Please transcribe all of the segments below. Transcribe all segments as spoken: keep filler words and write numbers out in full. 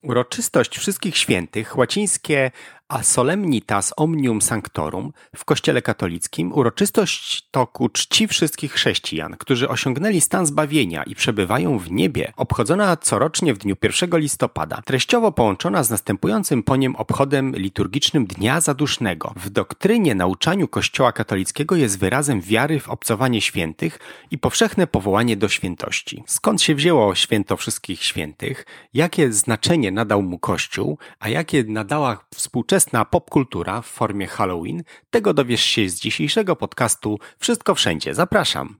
Uroczystość Wszystkich Świętych, łacińskie a solemnitas omnium sanctorum, w Kościele katolickim uroczystość to ku czci wszystkich chrześcijan, którzy osiągnęli stan zbawienia i przebywają w niebie, obchodzona corocznie w dniu pierwszego listopada, treściowo połączona z następującym po nim obchodem liturgicznym Dnia Zadusznego. W doktrynie, nauczaniu Kościoła katolickiego jest wyrazem wiary w obcowanie świętych i powszechne powołanie do świętości. Skąd się wzięło święto Wszystkich Świętych, jakie znaczenie nadał mu Kościół, a jakie nadała współczesna popkultura w formie Halloween, tego dowiesz się z dzisiejszego podcastu Wszystko Wszędzie. Zapraszam.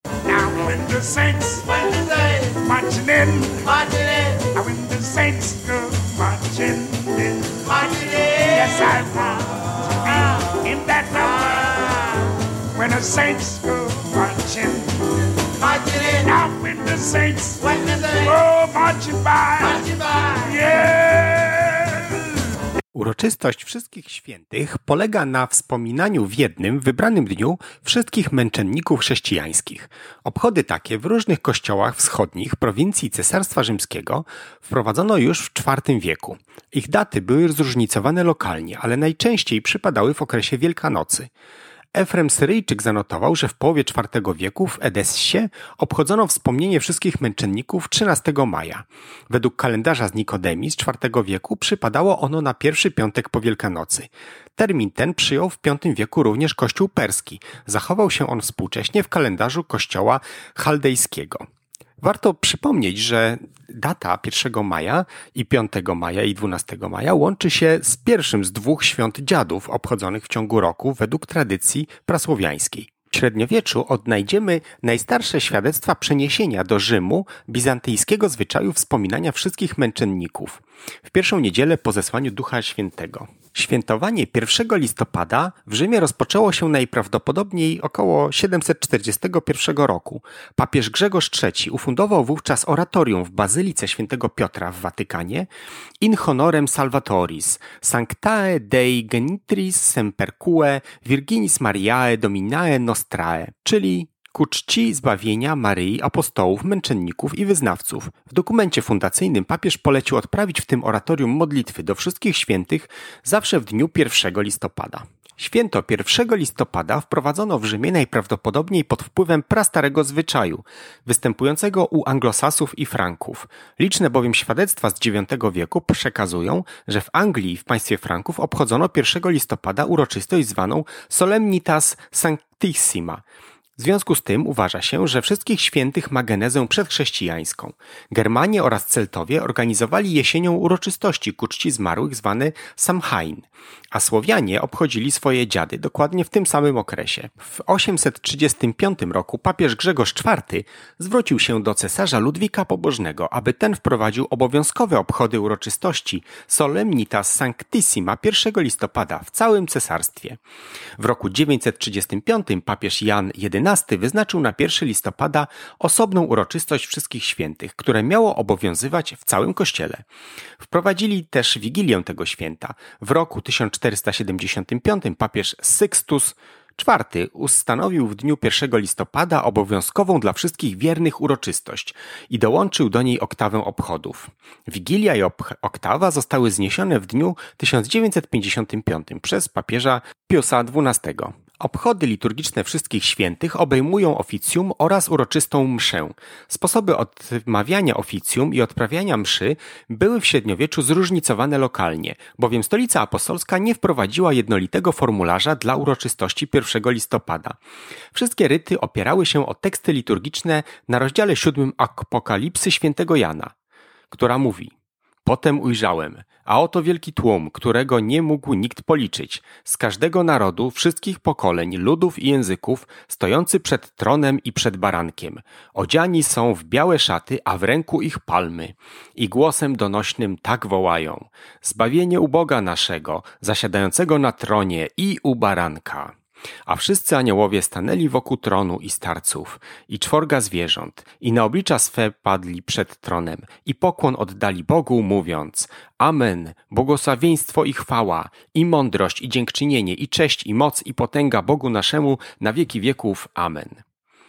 Uroczystość Wszystkich Świętych polega na wspominaniu w jednym, wybranym dniu wszystkich męczenników chrześcijańskich. Obchody takie w różnych kościołach wschodnich prowincji Cesarstwa Rzymskiego wprowadzono już w czwartym wieku. Ich daty były zróżnicowane lokalnie, ale najczęściej przypadały w okresie Wielkanocy. Efrem Syryjczyk zanotował, że w połowie czwartego wieku w Edessie obchodzono wspomnienie wszystkich męczenników trzynastego maja. Według kalendarza z Nikodemii z czwartego wieku przypadało ono na pierwszy piątek po Wielkanocy. Termin ten przyjął w piątym wieku również Kościół perski. Zachował się on współcześnie w kalendarzu Kościoła chaldejskiego. Warto przypomnieć, że data pierwszego maja i piątego maja i dwunastego maja łączy się z pierwszym z dwóch świąt dziadów obchodzonych w ciągu roku według tradycji prasłowiańskiej. W średniowieczu odnajdziemy najstarsze świadectwa przeniesienia do Rzymu bizantyjskiego zwyczaju wspominania wszystkich męczenników w pierwszą niedzielę po zesłaniu Ducha Świętego. Świętowanie pierwszego listopada w Rzymie rozpoczęło się najprawdopodobniej około siedemset czterdziestego pierwszego roku. Papież Grzegorz trzeci ufundował wówczas oratorium w Bazylice Świętego Piotra w Watykanie in honorem Salvatoris, Sanctae Dei Genitris Semperque Virginis Mariae Dominae Nostrae, czyli ku czci zbawienia Maryi, apostołów, męczenników i wyznawców. W dokumencie fundacyjnym papież polecił odprawić w tym oratorium modlitwy do wszystkich świętych zawsze w dniu pierwszego listopada. Święto pierwszego listopada wprowadzono w Rzymie najprawdopodobniej pod wpływem prastarego zwyczaju, występującego u anglosasów i Franków. Liczne bowiem świadectwa z dziewiątego wieku przekazują, że w Anglii i w państwie Franków obchodzono pierwszego listopada uroczystość zwaną Solemnitas Sanctissima. W związku z tym uważa się, że Wszystkich Świętych ma genezę przedchrześcijańską. Germanie oraz Celtowie organizowali jesienią uroczystości ku czci zmarłych zwane Samhain, a Słowianie obchodzili swoje dziady dokładnie w tym samym okresie. W osiemset trzydziestym piątym roku papież Grzegorz czwarty zwrócił się do cesarza Ludwika Pobożnego, aby ten wprowadził obowiązkowe obchody uroczystości Solemnitas Sanctissima pierwszego listopada w całym cesarstwie. W roku dziewięćset trzydziestym piątym papież Jan jedenasty wyznaczył na pierwszego listopada osobną uroczystość Wszystkich Świętych, które miało obowiązywać w całym Kościele. Wprowadzili też Wigilię tego święta. W roku tysiąc czterysta siedemdziesiątym piątym papież Sykstus czwarty ustanowił w dniu pierwszego listopada obowiązkową dla wszystkich wiernych uroczystość i dołączył do niej oktawę obchodów. Wigilia i oktawa zostały zniesione w dniu tysiąc dziewięćset pięćdziesiątym piątym przez papieża Piusa dwunastego. Obchody liturgiczne Wszystkich Świętych obejmują oficjum oraz uroczystą mszę. Sposoby odmawiania oficjum i odprawiania mszy były w średniowieczu zróżnicowane lokalnie, bowiem Stolica Apostolska nie wprowadziła jednolitego formularza dla uroczystości pierwszego listopada. Wszystkie ryty opierały się o teksty liturgiczne na rozdziale siódmym Apokalipsy świętego Jana, która mówi: Potem ujrzałem, a oto wielki tłum, którego nie mógł nikt policzyć, z każdego narodu, wszystkich pokoleń, ludów i języków, stojący przed tronem i przed barankiem. Odziani są w białe szaty, a w ręku ich palmy. I głosem donośnym tak wołają: Zbawienie u Boga naszego, zasiadającego na tronie i u baranka. A wszyscy aniołowie stanęli wokół tronu i starców, i czworga zwierząt, i na oblicza swe padli przed tronem, i pokłon oddali Bogu, mówiąc: Amen, błogosławieństwo i chwała, i mądrość, i dziękczynienie, i cześć, i moc, i potęga Bogu naszemu na wieki wieków. Amen.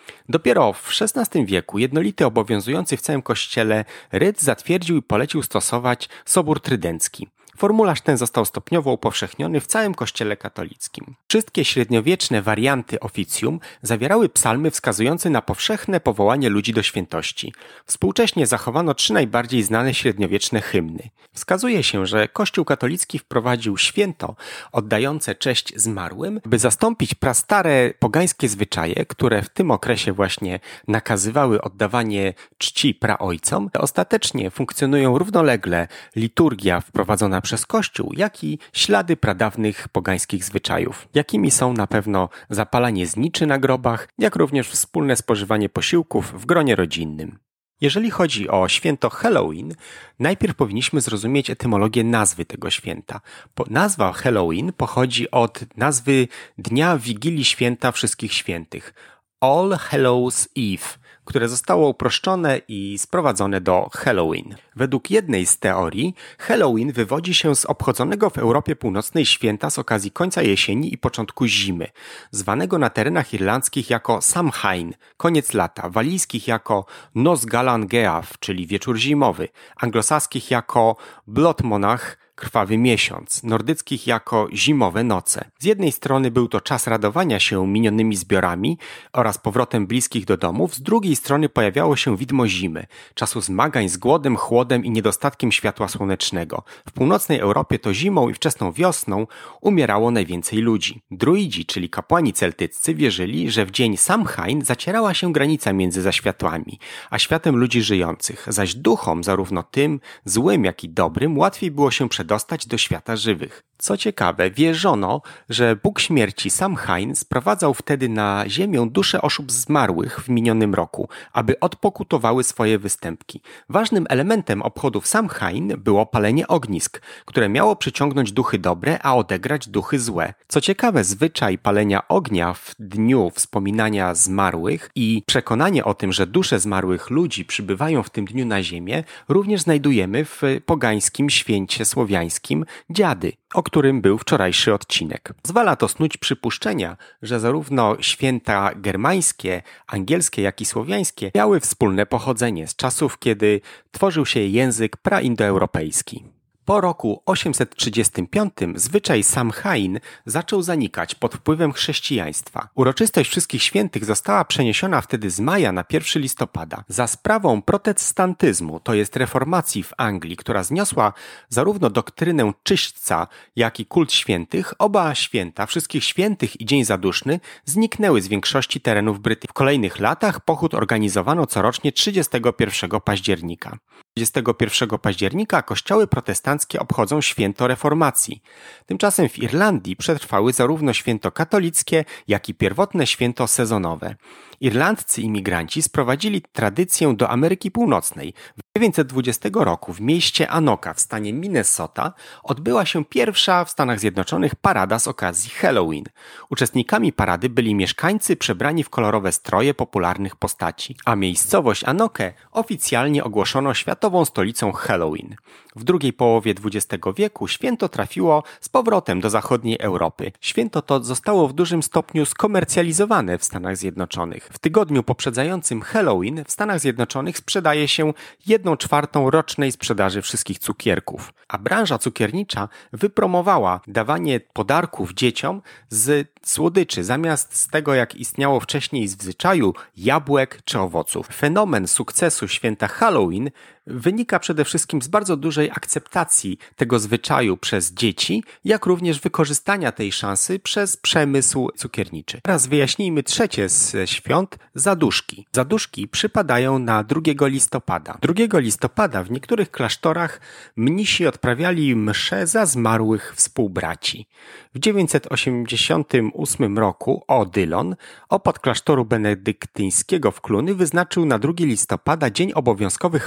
Dopiero w szesnastym wieku jednolity obowiązujący w całym kościele ryt zatwierdził i polecił stosować Sobór Trydencki. Formularz ten został stopniowo upowszechniony w całym kościele katolickim. Wszystkie średniowieczne warianty oficjum zawierały psalmy wskazujące na powszechne powołanie ludzi do świętości. Współcześnie zachowano trzy najbardziej znane średniowieczne hymny. Wskazuje się, że Kościół katolicki wprowadził święto oddające cześć zmarłym, by zastąpić prastare pogańskie zwyczaje, które w tym okresie właśnie nakazywały oddawanie czci praojcom. Ostatecznie funkcjonują równolegle liturgia wprowadzona przez Kościół, jak i ślady pradawnych pogańskich zwyczajów, jakimi są na pewno zapalanie zniczy na grobach, jak również wspólne spożywanie posiłków w gronie rodzinnym. Jeżeli chodzi o święto Halloween, najpierw powinniśmy zrozumieć etymologię nazwy tego święta. Nazwa Halloween pochodzi od nazwy Dnia Wigilii Święta Wszystkich Świętych, All Hallows Eve, które zostało uproszczone i sprowadzone do Halloween. Według jednej z teorii Halloween wywodzi się z obchodzonego w Europie Północnej święta z okazji końca jesieni i początku zimy, zwanego na terenach irlandzkich jako Samhain, koniec lata, walijskich jako Nos Galan Geaf, czyli wieczór zimowy, anglosaskich jako Blood Monach, krwawy miesiąc, nordyckich jako zimowe noce. Z jednej strony był to czas radowania się minionymi zbiorami oraz powrotem bliskich do domów, z drugiej strony pojawiało się widmo zimy, czasu zmagań z głodem, chłodem i niedostatkiem światła słonecznego. W północnej Europie to zimą i wczesną wiosną umierało najwięcej ludzi. Druidzi, czyli kapłani celtyccy, wierzyli, że w dzień Samhain zacierała się granica między zaświatłami, a światem ludzi żyjących, zaś duchom, zarówno tym złym, jak i dobrym, łatwiej było się przedostać dostać do świata żywych. Co ciekawe, wierzono, że Bóg Śmierci Samhain sprowadzał wtedy na ziemię dusze osób zmarłych w minionym roku, aby odpokutowały swoje występki. Ważnym elementem obchodów Samhain było palenie ognisk, które miało przyciągnąć duchy dobre, a odegrać duchy złe. Co ciekawe, zwyczaj palenia ognia w dniu wspominania zmarłych i przekonanie o tym, że dusze zmarłych ludzi przybywają w tym dniu na ziemię, również znajdujemy w pogańskim święcie słowiańskim Dziady, o którym był wczorajszy odcinek. Pozwala to snuć przypuszczenia, że zarówno święta germańskie, angielskie, jak i słowiańskie miały wspólne pochodzenie z czasów, kiedy tworzył się język praindoeuropejski. Po roku osiemset trzydziestym piątym zwyczaj Samhain zaczął zanikać pod wpływem chrześcijaństwa. Uroczystość Wszystkich Świętych została przeniesiona wtedy z maja na pierwszego listopada. Za sprawą protestantyzmu, to jest reformacji w Anglii, która zniosła zarówno doktrynę czyśćca, jak i kult świętych, oba święta, Wszystkich Świętych i Dzień Zaduszny, zniknęły z większości terenów Brytyjski. W kolejnych latach pochód organizowano corocznie trzydziestego pierwszego października. trzydziestego pierwszego października kościoły protestanckie obchodzą święto reformacji. Tymczasem w Irlandii przetrwały zarówno święto katolickie, jak i pierwotne święto sezonowe. Irlandcy imigranci sprowadzili tradycję do Ameryki Północnej. W tysiąc dziewięćset dwudziestego roku w mieście Anoka w stanie Minnesota odbyła się pierwsza w Stanach Zjednoczonych parada z okazji Halloween. Uczestnikami parady byli mieszkańcy przebrani w kolorowe stroje popularnych postaci, a miejscowość Anokę oficjalnie ogłoszono światową stolicą Halloween. W drugiej połowie dwudziestego wieku święto trafiło z powrotem do zachodniej Europy. Święto to zostało w dużym stopniu skomercjalizowane w Stanach Zjednoczonych. W tygodniu poprzedzającym Halloween w Stanach Zjednoczonych sprzedaje się jedną czwartą rocznej sprzedaży wszystkich cukierków, a branża cukiernicza wypromowała dawanie podarków dzieciom z słodyczy, zamiast z tego, jak istniało wcześniej w zwyczaju, jabłek czy owoców. Fenomen sukcesu święta Halloween wynika przede wszystkim z bardzo dużej akceptacji tego zwyczaju przez dzieci, jak również wykorzystania tej szansy przez przemysł cukierniczy. Teraz wyjaśnijmy trzecie z świąt, zaduszki. Zaduszki przypadają na drugiego listopada. drugiego listopada w niektórych klasztorach mnisi odprawiali msze za zmarłych współbraci. W dziewięćset osiemdziesiątym ósmym roku Odylon, opat klasztoru benedyktyńskiego w Cluny, wyznaczył na drugiego listopada dzień obowiązkowych modlitw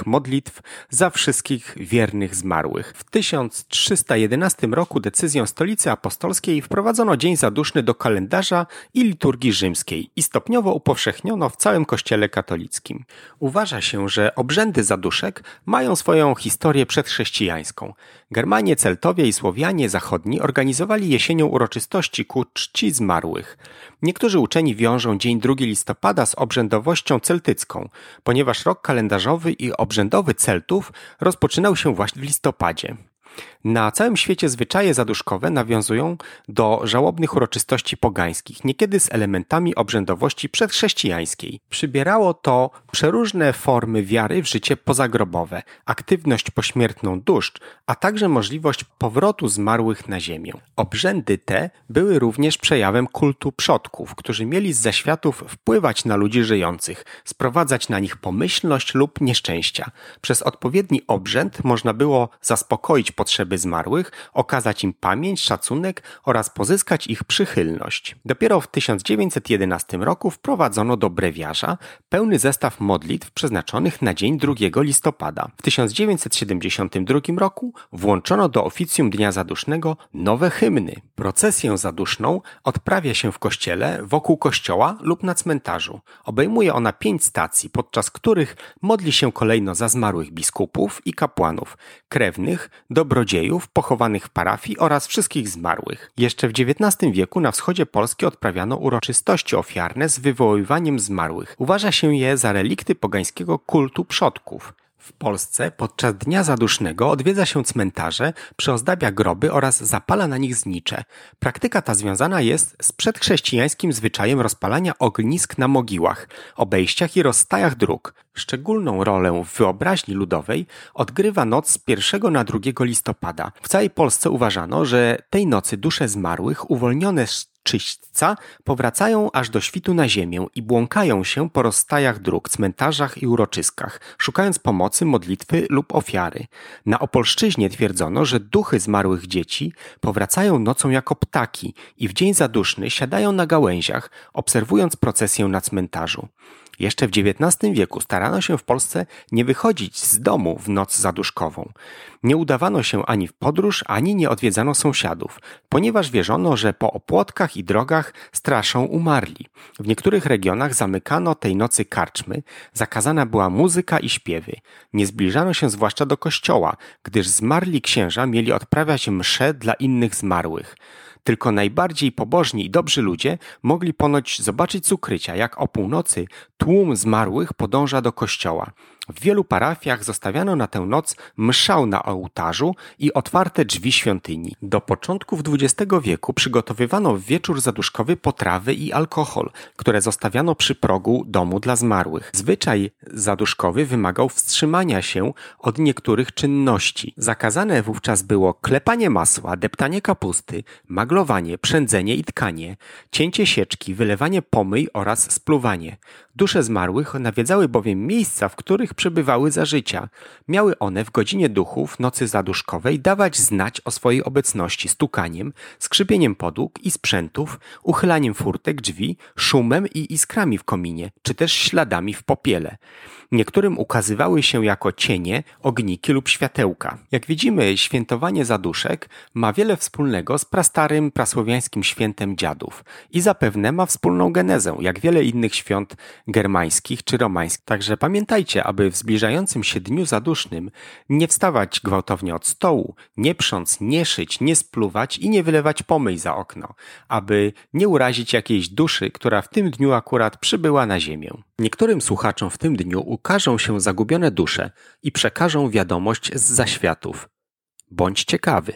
modlitw za wszystkich wiernych zmarłych. W tysiąc trzysta jedenastym roku decyzją Stolicy Apostolskiej wprowadzono Dzień Zaduszny do kalendarza i liturgii rzymskiej i stopniowo upowszechniono w całym Kościele katolickim. Uważa się, że obrzędy zaduszek mają swoją historię przedchrześcijańską. Germanie, Celtowie i Słowianie zachodni organizowali jesienią uroczystości ku czci zmarłych. Niektórzy uczeni wiążą dzień drugiego listopada z obrzędowością celtycką, ponieważ rok kalendarzowy i obrzędowy Celtów rozpoczynał się właśnie w listopadzie. Na całym świecie zwyczaje zaduszkowe nawiązują do żałobnych uroczystości pogańskich, niekiedy z elementami obrzędowości przedchrześcijańskiej. Przybierało to przeróżne formy wiary w życie pozagrobowe, aktywność pośmiertną dusz, a także możliwość powrotu zmarłych na ziemię. Obrzędy te były również przejawem kultu przodków, którzy mieli z zaświatów wpływać na ludzi żyjących, sprowadzać na nich pomyślność lub nieszczęścia. Przez odpowiedni obrzęd można było zaspokoić potrzeby zmarłych, okazać im pamięć, szacunek oraz pozyskać ich przychylność. Dopiero w tysiąc dziewięćset jedenastym roku wprowadzono do brewiarza pełny zestaw modlitw przeznaczonych na dzień drugiego listopada. W tysiąc dziewięćset siedemdziesiątym drugim roku włączono do oficjum Dnia Zadusznego nowe hymny. Procesję zaduszną odprawia się w kościele, wokół kościoła lub na cmentarzu. Obejmuje ona pięć stacji, podczas których modli się kolejno za zmarłych biskupów i kapłanów, krewnych, dobrodziejów, pochowanych w parafii oraz wszystkich zmarłych. Jeszcze w dziewiętnastym wieku na wschodzie Polski odprawiano uroczystości ofiarne z wywoływaniem zmarłych. Uważa się je za relikty pogańskiego kultu przodków. W Polsce podczas Dnia Zadusznego odwiedza się cmentarze, przyozdabia groby oraz zapala na nich znicze. Praktyka ta związana jest z przedchrześcijańskim zwyczajem rozpalania ognisk na mogiłach, obejściach i rozstajach dróg. Szczególną rolę w wyobraźni ludowej odgrywa noc z pierwszego na drugiego listopada. W całej Polsce uważano, że tej nocy dusze zmarłych uwolnione z czyśćca powracają aż do świtu na ziemię i błąkają się po rozstajach dróg, cmentarzach i uroczyskach, szukając pomocy, modlitwy lub ofiary. Na Opolszczyźnie twierdzono, że duchy zmarłych dzieci powracają nocą jako ptaki i w dzień zaduszny siadają na gałęziach, obserwując procesję na cmentarzu. Jeszcze w dziewiętnastym wieku starano się w Polsce nie wychodzić z domu w noc zaduszkową. Nie udawano się ani w podróż, ani nie odwiedzano sąsiadów, ponieważ wierzono, że po opłotkach i drogach straszą umarli. W niektórych regionach zamykano tej nocy karczmy, zakazana była muzyka i śpiewy. Nie zbliżano się zwłaszcza do kościoła, gdyż zmarli księża mieli odprawiać msze dla innych zmarłych. Tylko najbardziej pobożni i dobrzy ludzie mogli ponoć zobaczyć z ukrycia, jak o północy tłum zmarłych podąża do kościoła. W wielu parafiach zostawiano na tę noc mszał na ołtarzu i otwarte drzwi świątyni. Do początków dwudziestego wieku przygotowywano w wieczór zaduszkowy potrawy i alkohol, które zostawiano przy progu domu dla zmarłych. Zwyczaj zaduszkowy wymagał wstrzymania się od niektórych czynności. Zakazane wówczas było klepanie masła, deptanie kapusty, maglowanie, przędzenie i tkanie, cięcie sieczki, wylewanie pomyj oraz spluwanie. Dusze zmarłych nawiedzały bowiem miejsca, w których przebywały za życia. Miały one w godzinie duchów nocy zaduszkowej dawać znać o swojej obecności stukaniem, skrzypieniem podłóg i sprzętów, uchylaniem furtek, drzwi, szumem i iskrami w kominie, czy też śladami w popiele. Niektórym ukazywały się jako cienie, ogniki lub światełka. Jak widzimy, świętowanie zaduszek ma wiele wspólnego z prastarym prasłowiańskim świętem dziadów i zapewne ma wspólną genezę, jak wiele innych świąt germańskich czy romańskich. Także pamiętajcie, aby w zbliżającym się dniu zadusznym nie wstawać gwałtownie od stołu, nie prząc, nie szyć, nie spluwać i nie wylewać pomyj za okno, aby nie urazić jakiejś duszy, która w tym dniu akurat przybyła na ziemię. Niektórym słuchaczom w tym dniu ukażą się zagubione dusze i przekażą wiadomość z zaświatów. Bądź ciekawy.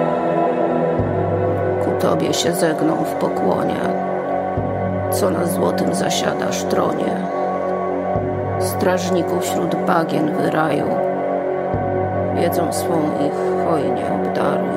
Ku Tobie się zegną w pokłonie, co na złotym zasiadasz tronie. Strażników wśród bagien wyraju, wiedzą swą ich hojnie obdaruj.